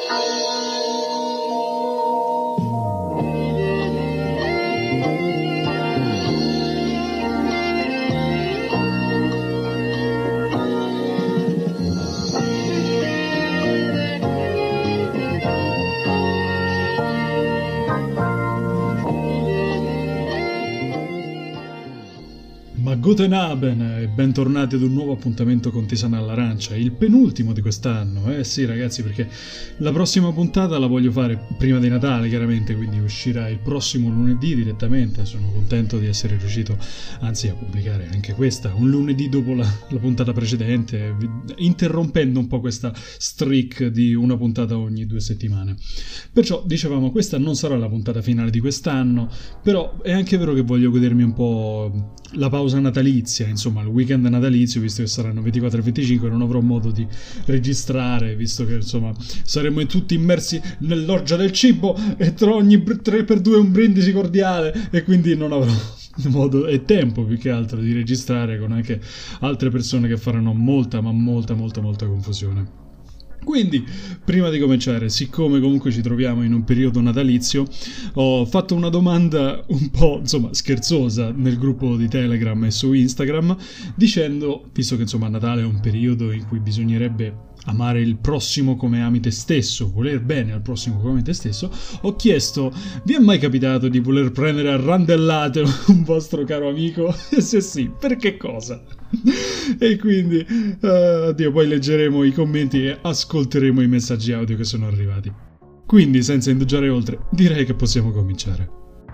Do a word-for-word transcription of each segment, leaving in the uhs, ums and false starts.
Guten Abend e bentornati ad un nuovo appuntamento con Tisana all'Arancia, il penultimo di quest'anno, eh sì ragazzi, perché la prossima puntata la voglio fare prima di Natale chiaramente, quindi uscirà il prossimo lunedì direttamente. Sono contento di essere riuscito anzi a pubblicare anche questa un lunedì dopo la, la puntata precedente, interrompendo un po' questa streak di una puntata ogni due settimane. Perciò dicevamo, questa non sarà la puntata finale di quest'anno, però è anche vero che voglio godermi un po' la pausa natalizia, insomma il weekend natalizio, visto che saranno ventiquattro e venticinque, non avrò modo di registrare, visto che insomma saremo tutti immersi nell'orgia del cibo e tra ogni tre per due un brindisi cordiale, e quindi non avrò modo e tempo più che altro di registrare con anche altre persone che faranno molta ma molta molta molta confusione. Quindi, prima di cominciare, siccome comunque ci troviamo in un periodo natalizio, ho fatto una domanda un po', insomma, scherzosa nel gruppo di Telegram e su Instagram, dicendo, visto che insomma Natale è un periodo in cui bisognerebbe amare il prossimo come ami te stesso, voler bene al prossimo come ami te stesso, ho chiesto: vi è mai capitato di voler prendere a randellate un vostro caro amico? E se sì, per che cosa? E quindi uh, addio, poi leggeremo i commenti e ascolteremo i messaggi audio che sono arrivati. Quindi, senza indugiare oltre, direi che possiamo cominciare.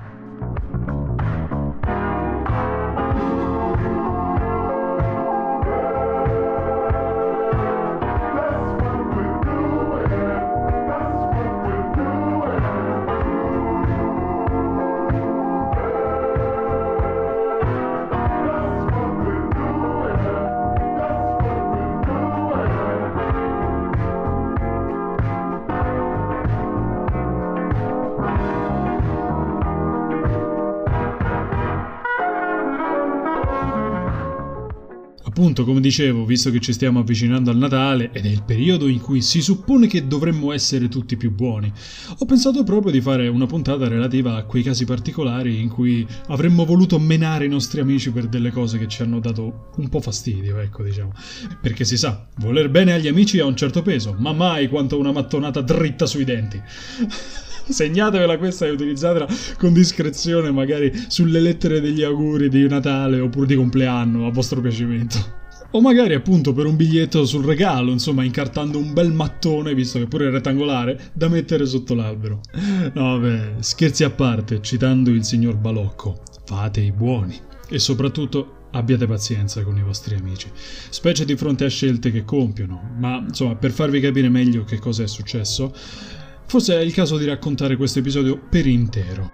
Appunto, come dicevo, visto che ci stiamo avvicinando al Natale ed è il periodo in cui si suppone che dovremmo essere tutti più buoni, ho pensato proprio di fare una puntata relativa a quei casi particolari in cui avremmo voluto menare i nostri amici per delle cose che ci hanno dato un po' fastidio, ecco, diciamo. Perché si sa, voler bene agli amici ha un certo peso, ma mai quanto una mattonata dritta sui denti. Segnatevela questa e utilizzatela con discrezione, magari sulle lettere degli auguri di Natale oppure di compleanno, a vostro piacimento. O magari appunto per un biglietto sul regalo, insomma incartando un bel mattone, visto che pure è rettangolare, da mettere sotto l'albero. No vabbè, scherzi a parte, citando il signor Balocco, fate i buoni e soprattutto abbiate pazienza con i vostri amici, specie di fronte a scelte che compiono. Ma insomma, per farvi capire meglio che cosa è successo, forse è il caso di raccontare questo episodio per intero.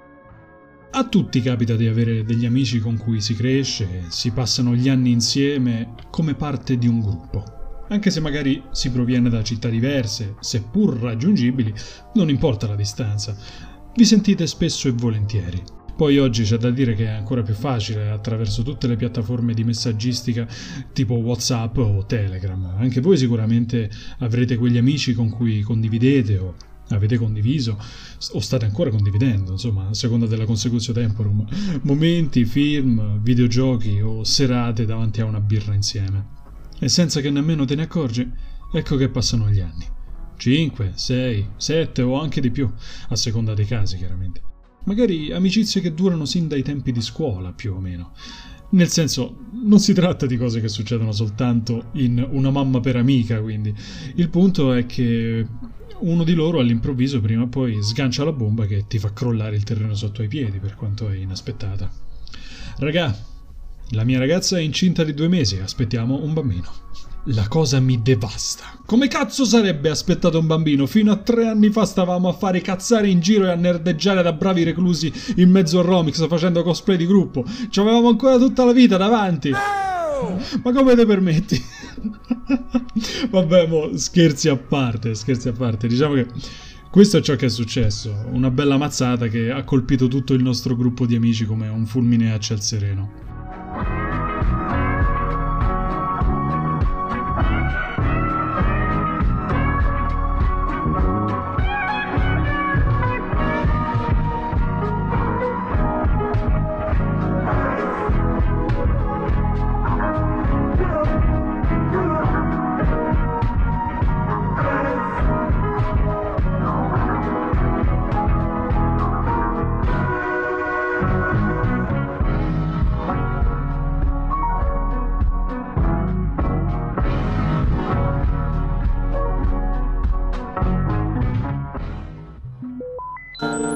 A tutti capita di avere degli amici con cui si cresce, si passano gli anni insieme come parte di un gruppo. Anche se magari si proviene da città diverse, seppur raggiungibili, non importa la distanza. Vi sentite spesso e volentieri. Poi oggi c'è da dire che è ancora più facile attraverso tutte le piattaforme di messaggistica tipo WhatsApp o Telegram. Anche voi sicuramente avrete quegli amici con cui condividete o avete condiviso o state ancora condividendo, insomma, a seconda della consecutio temporum, momenti, film, videogiochi o serate davanti a una birra insieme. E senza che nemmeno te ne accorgi, ecco che passano gli anni. cinque, sei, sette o anche di più, a seconda dei casi chiaramente. Magari amicizie che durano sin dai tempi di scuola, più o meno. Nel senso, non si tratta di cose che succedono soltanto in Una mamma per amica, quindi. Il punto è che uno di loro all'improvviso prima o poi sgancia la bomba che ti fa crollare il terreno sotto ai piedi, per quanto è inaspettata. Ragà, la mia ragazza è incinta di due mesi, aspettiamo un bambino. La cosa mi devasta. Come cazzo sarebbe aspettato un bambino? Fino a tre anni fa stavamo a fare cazzare in giro e a nerdeggiare da bravi reclusi in mezzo a Romix facendo cosplay di gruppo. Ci avevamo ancora tutta la vita davanti. No! Ma come te permetti? Vabbè, mo, scherzi a parte, scherzi a parte. Diciamo che questo è ciò che è successo. Una bella mazzata che ha colpito tutto il nostro gruppo di amici come un fulmine a ciel sereno.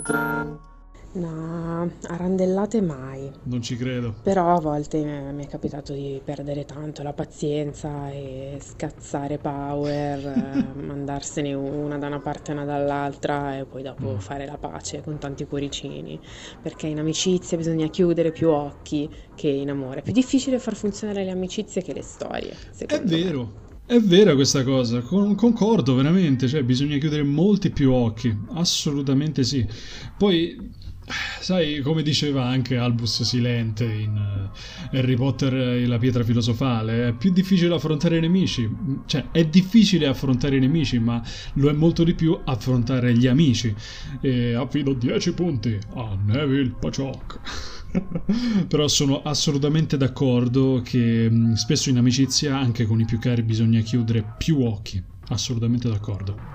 No, a randellate mai. Non ci credo. Però a volte eh, mi è capitato di perdere tanto la pazienza e scazzare power, eh, mandarsene una da una parte e una dall'altra e poi dopo Mm. fare la pace con tanti cuoricini. Perché in amicizia bisogna chiudere più occhi che in amore. È più difficile far funzionare le amicizie che le storie, È secondo me. vero, è vera questa cosa, con- concordo veramente, cioè bisogna chiudere molti più occhi, assolutamente sì. Poi, sai, come diceva anche Albus Silente in eh, Harry Potter e la pietra filosofale, è più difficile affrontare i nemici, cioè è difficile affrontare i nemici, ma lo è molto di più affrontare gli amici. E affido dieci punti a Neville Paciok. Però sono assolutamente d'accordo che mh, spesso in amicizia, anche con i più cari, bisogna chiudere più occhi. Assolutamente d'accordo.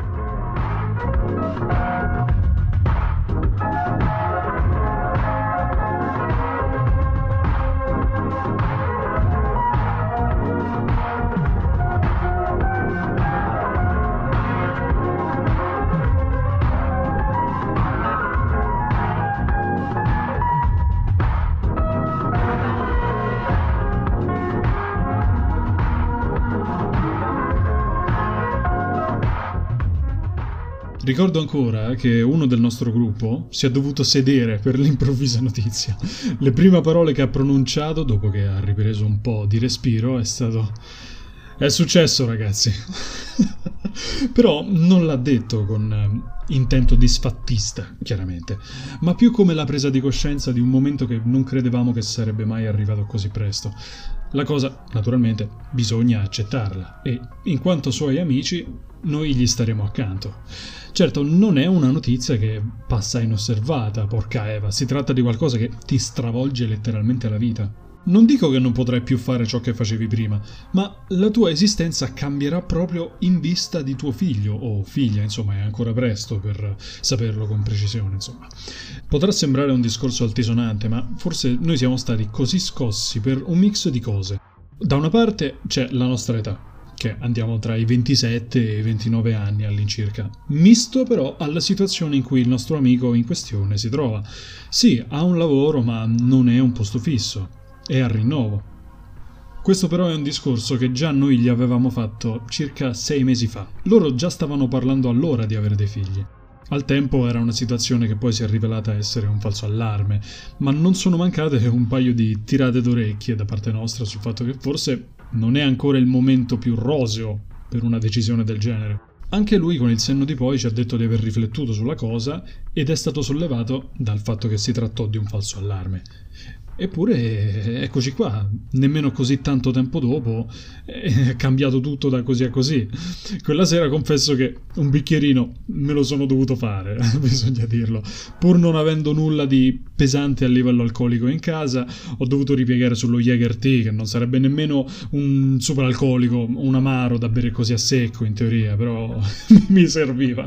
Ricordo ancora che uno del nostro gruppo si è dovuto sedere per l'improvvisa notizia. Le prime parole che ha pronunciato, dopo che ha ripreso un po' di respiro, è stato: "È successo, ragazzi." Però non l'ha detto con eh, intento disfattista, chiaramente, ma più come la presa di coscienza di un momento che non credevamo che sarebbe mai arrivato così presto. La cosa, naturalmente, bisogna accettarla e, in quanto suoi amici, noi gli staremo accanto. Certo, non è una notizia che passa inosservata, porca Eva, si tratta di qualcosa che ti stravolge letteralmente la vita. Non dico che non potrai più fare ciò che facevi prima, ma la tua esistenza cambierà proprio in vista di tuo figlio o figlia, insomma è ancora presto per saperlo con precisione, insomma. Potrà sembrare un discorso altisonante, ma forse noi siamo stati così scossi per un mix di cose. Da una parte c'è la nostra età, che andiamo tra i ventisette e i ventinove anni all'incirca, misto però alla situazione in cui il nostro amico in questione si trova. Sì, ha un lavoro, ma non è un posto fisso. È al rinnovo. Questo però è un discorso che già noi gli avevamo fatto circa sei mesi fa. Loro già stavano parlando allora di avere dei figli. Al tempo era una situazione che poi si è rivelata essere un falso allarme, ma non sono mancate un paio di tirate d'orecchie da parte nostra sul fatto che forse non è ancora il momento più roseo per una decisione del genere. Anche lui con il senno di poi ci ha detto di aver riflettuto sulla cosa ed è stato sollevato dal fatto che si trattò di un falso allarme. Eppure, eccoci qua, nemmeno così tanto tempo dopo è cambiato tutto da così a così. Quella sera confesso che un bicchierino me lo sono dovuto fare, bisogna dirlo. Pur non avendo nulla di pesante a livello alcolico in casa, ho dovuto ripiegare sullo Jäger-Tea, che non sarebbe nemmeno un superalcolico, un amaro da bere così a secco in teoria, però mi serviva.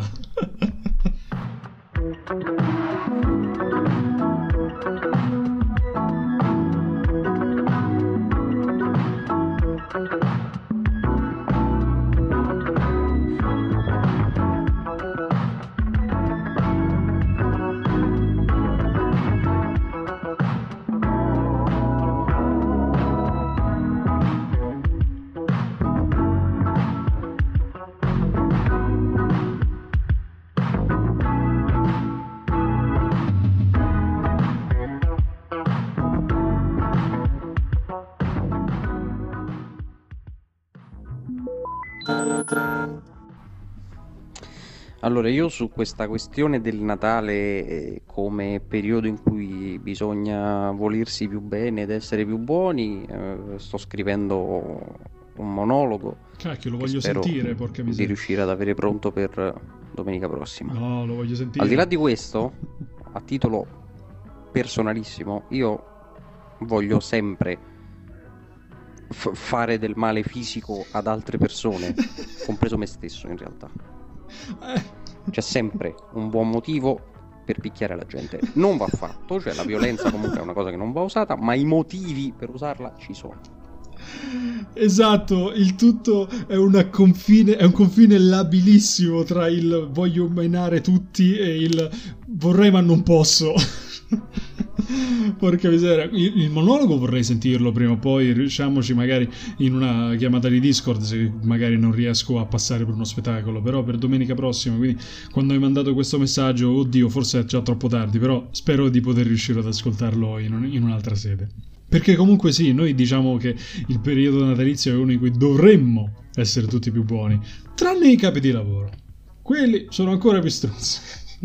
Allora, io su questa questione del Natale eh, come periodo in cui bisogna volersi più bene ed essere più buoni, eh, sto scrivendo un monologo Cacchio, lo che voglio spero sentire, porca di miseria. riuscire ad avere pronto per domenica prossima. No, lo voglio sentire. Al di là di questo, a titolo personalissimo, io voglio sempre f- fare del male fisico ad altre persone, compreso me stesso in realtà. Eh, C'è sempre un buon motivo per picchiare la gente. Non va fatto, cioè la violenza comunque è una cosa che non va usata, ma i motivi per usarla ci sono. esatto, il tutto è, una confine, è un confine labilissimo tra il voglio menare tutti e il vorrei ma non posso. Porca miseria, il, il monologo vorrei sentirlo prima o poi, riusciamoci magari in una chiamata di Discord se magari non riesco a passare per uno spettacolo, però per domenica prossima, quindi quando hai mandato questo messaggio, oddio, forse è già troppo tardi, però spero di poter riuscire ad ascoltarlo in, un, in un'altra sede. Perché comunque sì, noi diciamo che il periodo natalizio è uno in cui dovremmo essere tutti più buoni, tranne i capi di lavoro. Quelli sono ancora più stronzi.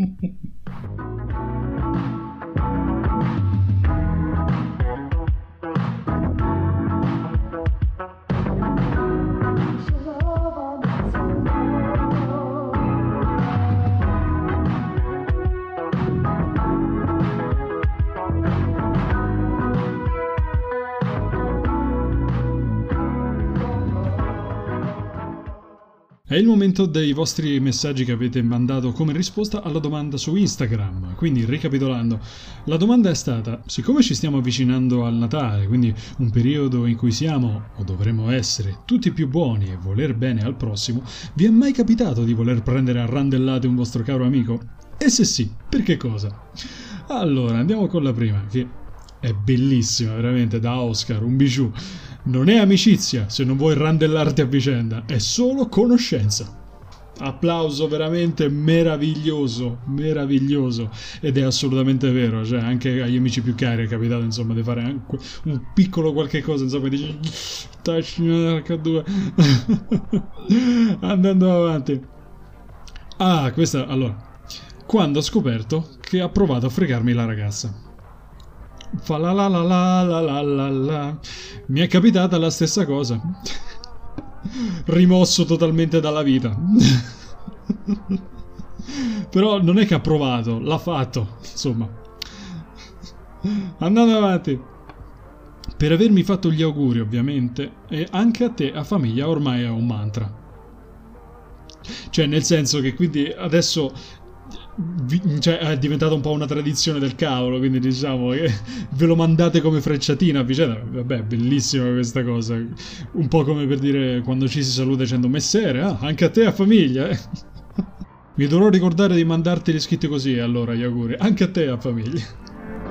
È il momento dei vostri messaggi che avete mandato come risposta alla domanda su Instagram. Quindi, ricapitolando, la domanda è stata: siccome ci stiamo avvicinando al Natale, quindi un periodo in cui siamo, o dovremmo essere, tutti più buoni e voler bene al prossimo, vi è mai capitato di voler prendere a randellate un vostro caro amico? E se sì, per che cosa? Allora, andiamo con la prima, che è bellissima, veramente, da Oscar, un bijou. Non è amicizia se non vuoi randellarti a vicenda, è solo conoscenza. Applauso veramente meraviglioso, meraviglioso. Ed è assolutamente vero, cioè anche agli amici più cari è capitato insomma di fare anche un piccolo qualche cosa, insomma, dici due. Andando avanti. Ah, questa, allora, quando ho scoperto che ha provato a fregarmi la ragazza. Fa la la la la la la la la. Mi è capitata la stessa cosa. Rimosso totalmente dalla vita. Però non è che ha provato, l'ha fatto, insomma. Andando avanti. Per avermi fatto gli auguri, ovviamente, e anche a te, a famiglia, ormai è un mantra. Cioè, nel senso che quindi adesso... cioè è diventata un po' una tradizione del cavolo, quindi diciamo che ve lo mandate come frecciatina a vicenda. Vabbè, bellissima questa cosa, un po' come per dire quando ci si saluta dicendo messere, ah, anche a te a famiglia, eh? Mi dovrò ricordare di mandarteli scritti così, allora gli auguri anche a te a famiglia.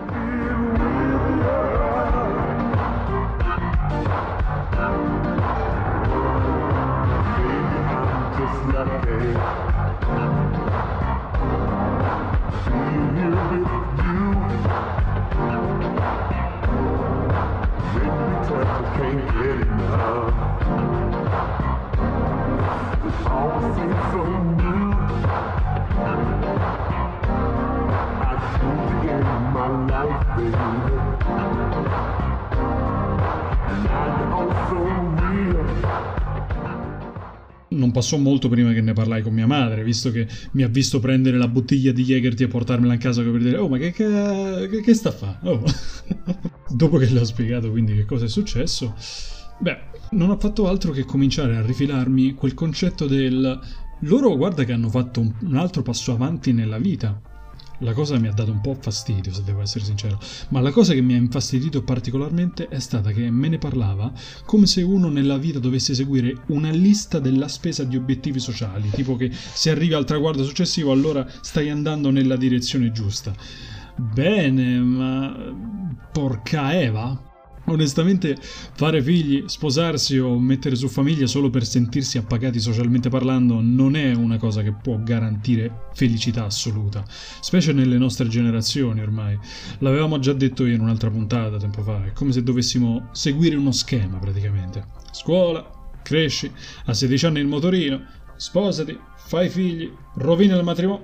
Non passò molto prima che ne parlai con mia madre, visto che mi ha visto prendere la bottiglia di Jägerti e portarmela a casa per dire: oh, ma che, che, che sta a fa? Oh. Dopo che le ho spiegato quindi che cosa è successo, beh, non ho fatto altro che cominciare a rifilarmi quel concetto del loro, guarda che hanno fatto un, un altro passo avanti nella vita. La cosa mi ha dato un po' fastidio, se devo essere sincero, ma la cosa che mi ha infastidito particolarmente è stata che me ne parlava come se uno nella vita dovesse seguire una lista della spesa di obiettivi sociali, tipo che se arrivi al traguardo successivo allora stai andando nella direzione giusta. Bene, ma porca Eva? Onestamente, fare figli, sposarsi o mettere su famiglia solo per sentirsi appagati socialmente parlando non è una cosa che può garantire felicità assoluta, specie nelle nostre generazioni ormai. L'avevamo già detto io in un'altra puntata tempo fa, è come se dovessimo seguire uno schema praticamente. Scuola, cresci, a sedici anni il motorino, sposati, fai figli, rovina il matrimonio...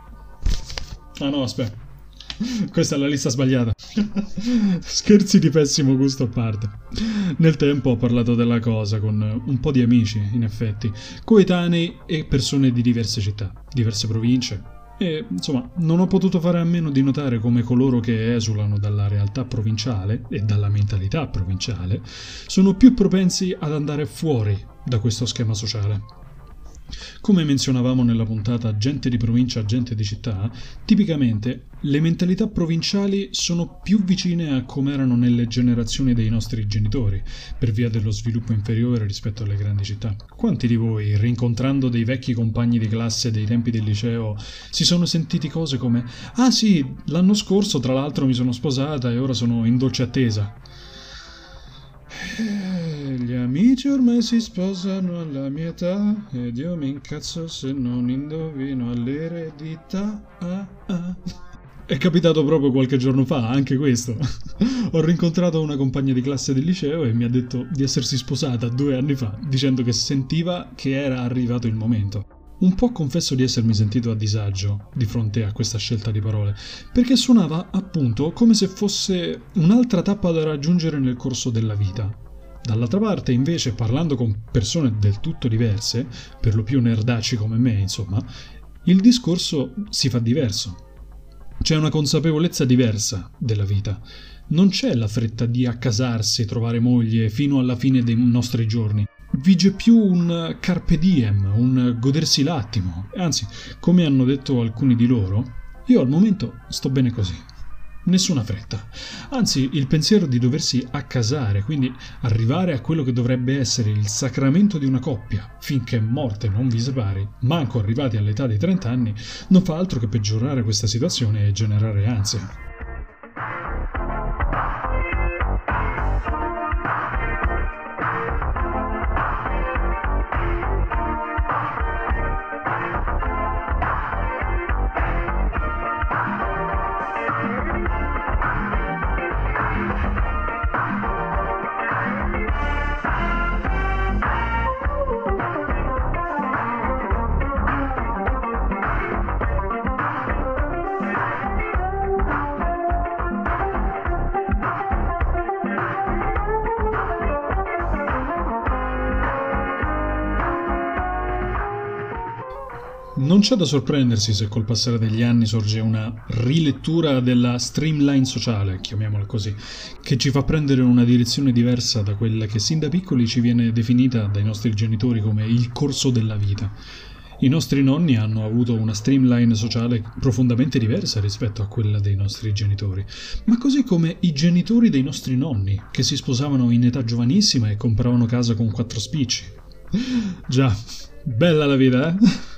Ah no, aspetta. Questa è la lista sbagliata. Scherzi di pessimo gusto a parte. Nel tempo ho parlato della cosa con un po' di amici, in effetti, coetanei e persone di diverse città, diverse province. E, insomma, non ho potuto fare a meno di notare come coloro che esulano dalla realtà provinciale e dalla mentalità provinciale sono più propensi ad andare fuori da questo schema sociale. Come menzionavamo nella puntata Gente di provincia, gente di città, tipicamente le mentalità provinciali sono più vicine a come erano nelle generazioni dei nostri genitori, per via dello sviluppo inferiore rispetto alle grandi città. Quanti di voi, rincontrando dei vecchi compagni di classe dei tempi del liceo, si sono sentiti cose come «Ah sì, l'anno scorso tra l'altro mi sono sposata e ora sono in dolce attesa». Gli amici ormai si sposano alla mia età ed io mi incazzo se non indovino all'eredità. Ah, ah. È capitato proprio qualche giorno fa, anche questo. Ho rincontrato una compagna di classe del liceo e mi ha detto di essersi sposata due anni fa, dicendo che sentiva che era arrivato il momento. Un po' confesso di essermi sentito a disagio di fronte a questa scelta di parole, perché suonava appunto come se fosse un'altra tappa da raggiungere nel corso della vita. Dall'altra parte, invece, parlando con persone del tutto diverse, per lo più nerdacci come me, insomma, il discorso si fa diverso. C'è una consapevolezza diversa della vita. Non c'è la fretta di accasarsi, trovare moglie fino alla fine dei nostri giorni. Vige più un carpe diem, un godersi l'attimo. Anzi, come hanno detto alcuni di loro, io al momento sto bene così. Nessuna fretta. Anzi, il pensiero di doversi accasare, quindi arrivare a quello che dovrebbe essere il sacramento di una coppia, finché morte non vi separi, manco arrivati all'età dei trenta anni, non fa altro che peggiorare questa situazione e generare ansia. Non c'è da sorprendersi se col passare degli anni sorge una rilettura della streamline sociale, chiamiamola così, che ci fa prendere una direzione diversa da quella che sin da piccoli ci viene definita dai nostri genitori come il corso della vita. I nostri nonni hanno avuto una streamline sociale profondamente diversa rispetto a quella dei nostri genitori, ma così come i genitori dei nostri nonni, che si sposavano in età giovanissima e compravano casa con quattro spicci. Già, bella la vita, eh?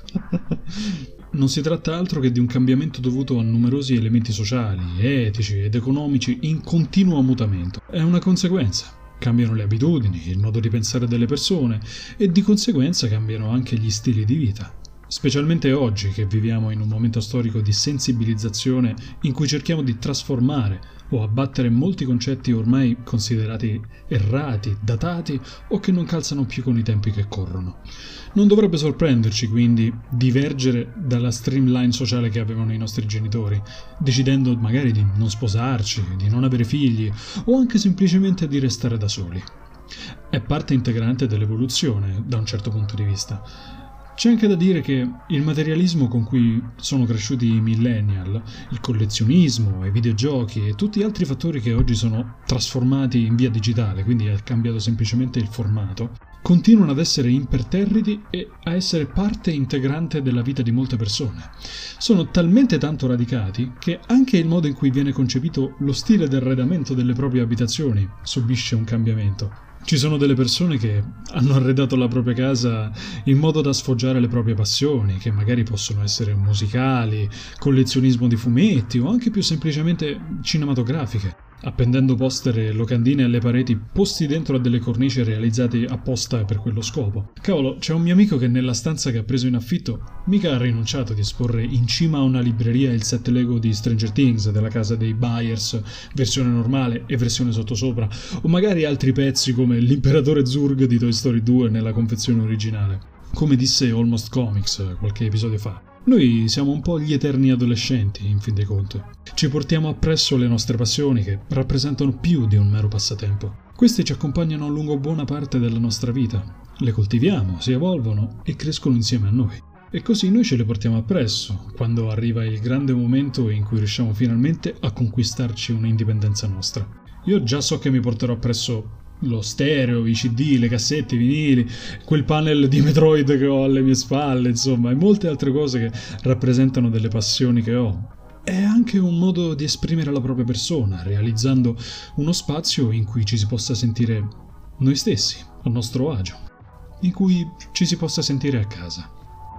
Non si tratta altro che di un cambiamento dovuto a numerosi elementi sociali, etici ed economici in continuo mutamento. È una conseguenza. Cambiano le abitudini, il modo di pensare delle persone e di conseguenza cambiano anche gli stili di vita. Specialmente oggi che viviamo in un momento storico di sensibilizzazione in cui cerchiamo di trasformare o abbattere molti concetti ormai considerati errati, datati o che non calzano più con i tempi che corrono. Non dovrebbe sorprenderci quindi divergere dalla streamline sociale che avevano i nostri genitori, decidendo magari di non sposarci, di non avere figli o anche semplicemente di restare da soli. È parte integrante dell'evoluzione da un certo punto di vista. C'è anche da dire che il materialismo con cui sono cresciuti i millennial, il collezionismo, i videogiochi e tutti gli altri fattori che oggi sono trasformati in via digitale, quindi è cambiato semplicemente il formato, continuano ad essere imperterriti e a essere parte integrante della vita di molte persone. Sono talmente tanto radicati che anche il modo in cui viene concepito lo stile d'arredamento delle proprie abitazioni subisce un cambiamento. Ci sono delle persone che hanno arredato la propria casa in modo da sfoggiare le proprie passioni, che magari possono essere musicali, collezionismo di fumetti o anche più semplicemente cinematografiche, appendendo poster e locandine alle pareti posti dentro a delle cornici realizzate apposta per quello scopo. Cavolo, c'è un mio amico che nella stanza che ha preso in affitto mica ha rinunciato di esporre in cima a una libreria il set Lego di Stranger Things della casa dei Byers, versione normale e versione sottosopra, o magari altri pezzi come l'imperatore Zurg di Toy Story due nella confezione originale. Come disse Almost Comics qualche episodio fa, noi siamo un po' gli eterni adolescenti, in fin dei conti. Ci portiamo appresso le nostre passioni che rappresentano più di un mero passatempo. Queste ci accompagnano lungo buona parte della nostra vita. Le coltiviamo, si evolvono e crescono insieme a noi. E così noi ce le portiamo appresso, quando arriva il grande momento in cui riusciamo finalmente a conquistarci un'indipendenza nostra. Io già so che mi porterò appresso lo stereo, i C D, le cassette, i vinili, quel panel di Metroid che ho alle mie spalle, insomma, e molte altre cose che rappresentano delle passioni che ho. È anche un modo di esprimere la propria persona, realizzando uno spazio in cui ci si possa sentire noi stessi, a nostro agio, in cui ci si possa sentire a casa.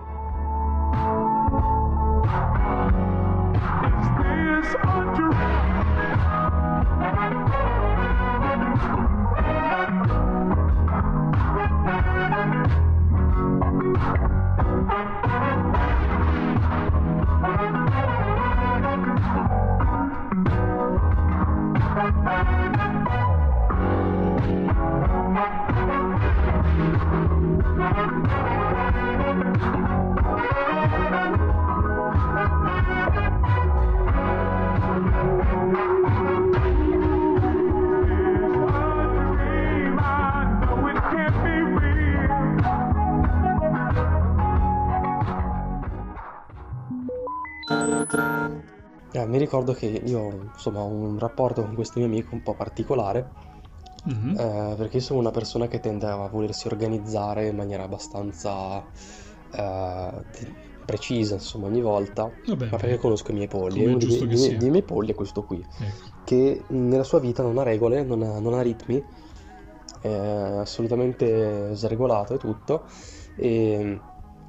Eh, mi ricordo che io insomma ho un rapporto con questo mio amico un po' particolare, Mhm. eh, perché io sono una persona che tende a volersi organizzare in maniera abbastanza eh, di- precisa, insomma, ogni volta, Vabbè, ma perché conosco i miei polli. E come è uno dei giusto miei, che dei miei- sia. dei miei polli è questo qui, Ecco. che nella sua vita non ha regole, non ha, non ha ritmi, è assolutamente sregolato e tutto, e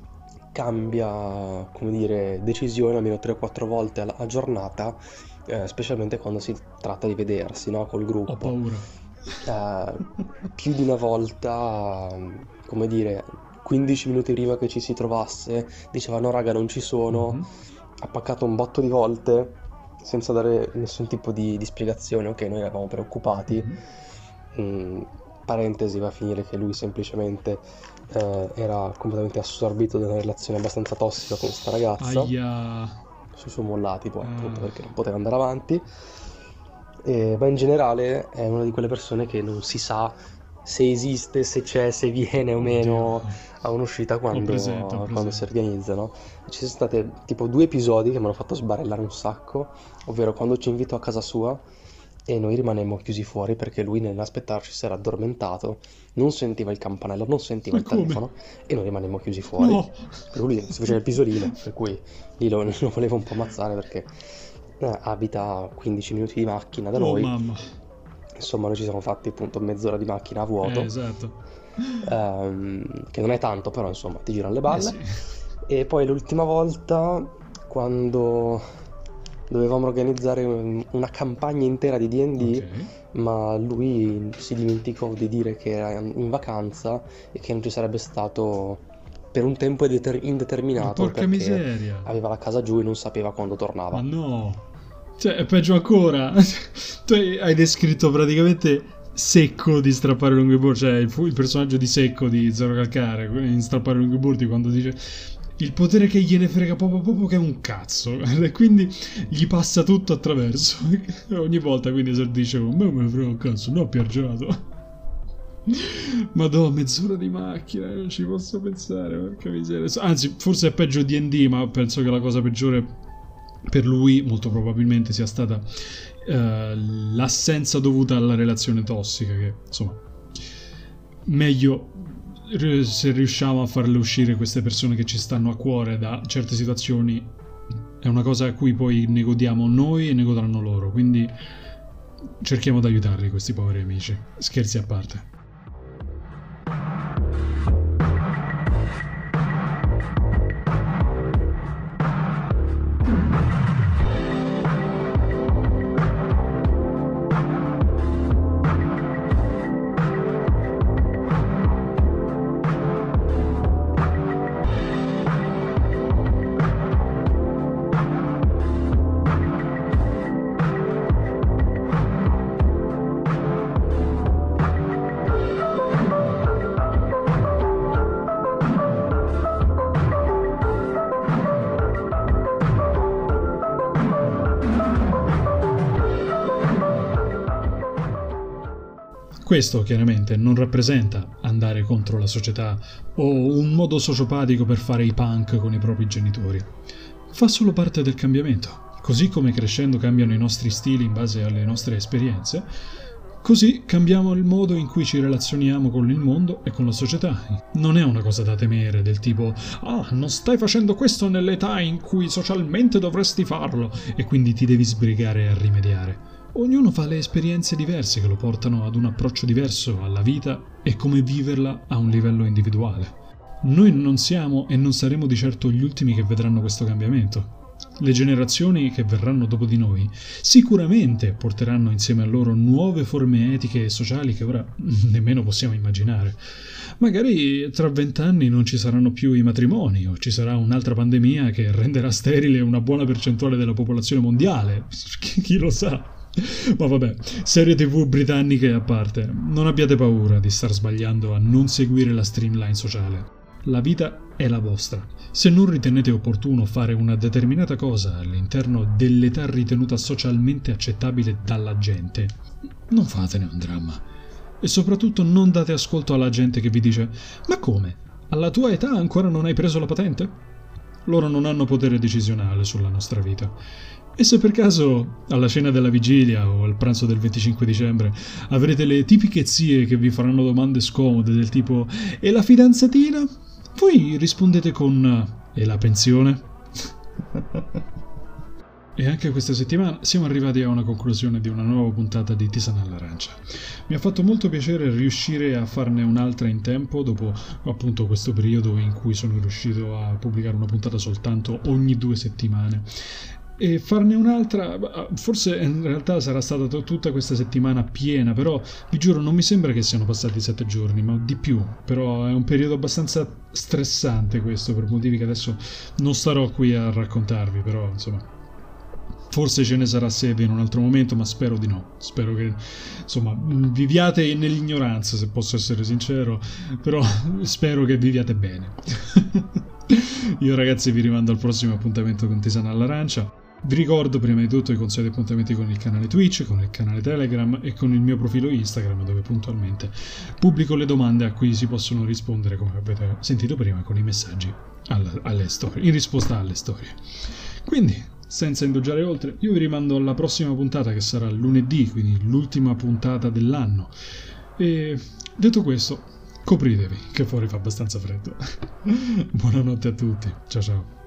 cambia, come dire, decisione almeno tre o quattro volte alla- a giornata, eh, specialmente quando si tratta di vedersi, no, col Ho gruppo. paura. Eh, più di una volta, come dire, quindici minuti prima che ci si trovasse, diceva no raga non ci sono, Mhm. ha paccato un botto di volte senza dare nessun tipo di, di spiegazione, ok, noi eravamo preoccupati. Mhm. Mm, parentesi, va a finire che lui semplicemente eh, era completamente assorbito da una relazione abbastanza tossica con questa ragazza, Aia. si sono mollati poi appunto Ah. perché non poteva andare avanti. Eh, ma in generale è una di quelle persone che non si sa se esiste, se c'è, se viene o meno Oddio. a un'uscita Ho quando, presente, ho quando si presente. organizzano. Ci sono state tipo due episodi che mi hanno fatto sbarellare un sacco, ovvero quando ci invitò a casa sua e noi rimanemmo chiusi fuori perché lui nell'aspettarci si era addormentato, non sentiva il campanello, non sentiva Ma il come? telefono e noi rimanemmo chiusi fuori. No. Lui si faceva il pisolino, per cui lì lo, lo volevo un po' ammazzare perché eh, abita a quindici minuti di macchina da Oh noi. mamma. Insomma, noi ci siamo fatti appunto mezz'ora di macchina a Eh, vuoto, esatto. ehm, che non è tanto, però insomma ti girano le Eh balle. sì. E poi l'ultima volta, quando dovevamo organizzare un- una campagna intera di D and D, Ok. ma lui si dimenticò di dire che era in vacanza e che non ci sarebbe stato per un tempo indeter- Ma indeterminato porca perché miseria. aveva la casa giù e non sapeva quando Ma tornava. no. Cioè, è peggio ancora. Tu hai hai descritto praticamente Secco di Strappare Longboard, cioè il, fu- il personaggio di Secco di Zero Calcare in Strappare Longboard, quando dice il potere che gliene frega proprio, proprio che è un cazzo e quindi gli passa tutto attraverso ogni volta, quindi se dice a me me ne frega un cazzo, no Piergiato. Madonna, mezz'ora di macchina, non ci posso pensare, porca miseria. Anzi, forse è peggio D and D, ma penso che la cosa peggiore per lui molto probabilmente sia stata eh, l'assenza dovuta alla relazione tossica, che insomma meglio ri- se riusciamo a farle uscire queste persone che ci stanno a cuore da certe situazioni, è una cosa a cui poi ne godiamo noi e ne godranno loro, quindi cerchiamo di aiutarli questi poveri amici, scherzi a parte. Questo chiaramente non rappresenta andare contro la società o un modo sociopatico per fare i punk con i propri genitori. Fa solo parte del cambiamento. Così come crescendo cambiano i nostri stili in base alle nostre esperienze, Così cambiamo il modo in cui ci relazioniamo con il mondo e con la società. Non è una cosa da temere, del tipo «Ah, non stai facendo questo nell'età in cui socialmente dovresti farlo» e quindi ti devi sbrigare a rimediare. Ognuno fa le esperienze diverse che lo portano ad un approccio diverso alla vita e come viverla a un livello individuale. Noi non siamo e non saremo di certo gli ultimi che vedranno questo cambiamento. Le generazioni che verranno dopo di noi sicuramente porteranno insieme a loro nuove forme etiche e sociali che ora nemmeno possiamo immaginare. Magari tra vent'anni non ci saranno più i matrimoni o ci sarà un'altra pandemia che renderà sterile una buona percentuale della popolazione mondiale. Chi lo sa? Ma vabbè, serie tv britanniche a parte, non abbiate paura di star sbagliando a non seguire la streamline sociale. La vita è la vostra. Se non ritenete opportuno fare una determinata cosa all'interno dell'età ritenuta socialmente accettabile dalla gente, non fatene un dramma. E soprattutto non date ascolto alla gente che vi dice «Ma come? Alla tua età ancora non hai preso la patente?» Loro non hanno potere decisionale sulla nostra vita. E se per caso, alla cena della vigilia o al pranzo del venticinque dicembre, avrete le tipiche zie che vi faranno domande scomode del tipo «E la fidanzatina?» Voi rispondete con «E la pensione?» E anche questa settimana siamo arrivati a una conclusione di una nuova puntata di Tisana all'Arancia. Mi ha fatto molto piacere riuscire a farne un'altra in tempo dopo appunto questo periodo in cui sono riuscito a pubblicare una puntata soltanto ogni due settimane. E farne un'altra, forse in realtà sarà stata t- tutta questa settimana piena, però vi giuro non mi sembra che siano passati sette giorni, ma di più. Però è un periodo abbastanza stressante questo, per motivi che adesso non starò qui a raccontarvi, però insomma forse ce ne sarà sede in un altro momento, ma spero di no. Spero che insomma viviate nell'ignoranza, se posso essere sincero, però spero che viviate bene. Io ragazzi vi rimando al prossimo appuntamento con Tisana all'Arancia. Vi ricordo prima di tutto i consueti appuntamenti con il canale Twitch, con il canale Telegram e con il mio profilo Instagram, dove puntualmente pubblico le domande a cui si possono rispondere, come avete sentito prima, con i messaggi alla, alle storie, in risposta alle storie. Quindi, senza indugiare oltre, io vi rimando alla prossima puntata che sarà lunedì, quindi l'ultima puntata dell'anno. E detto questo, copritevi, che fuori fa abbastanza freddo. Buonanotte a tutti, ciao ciao.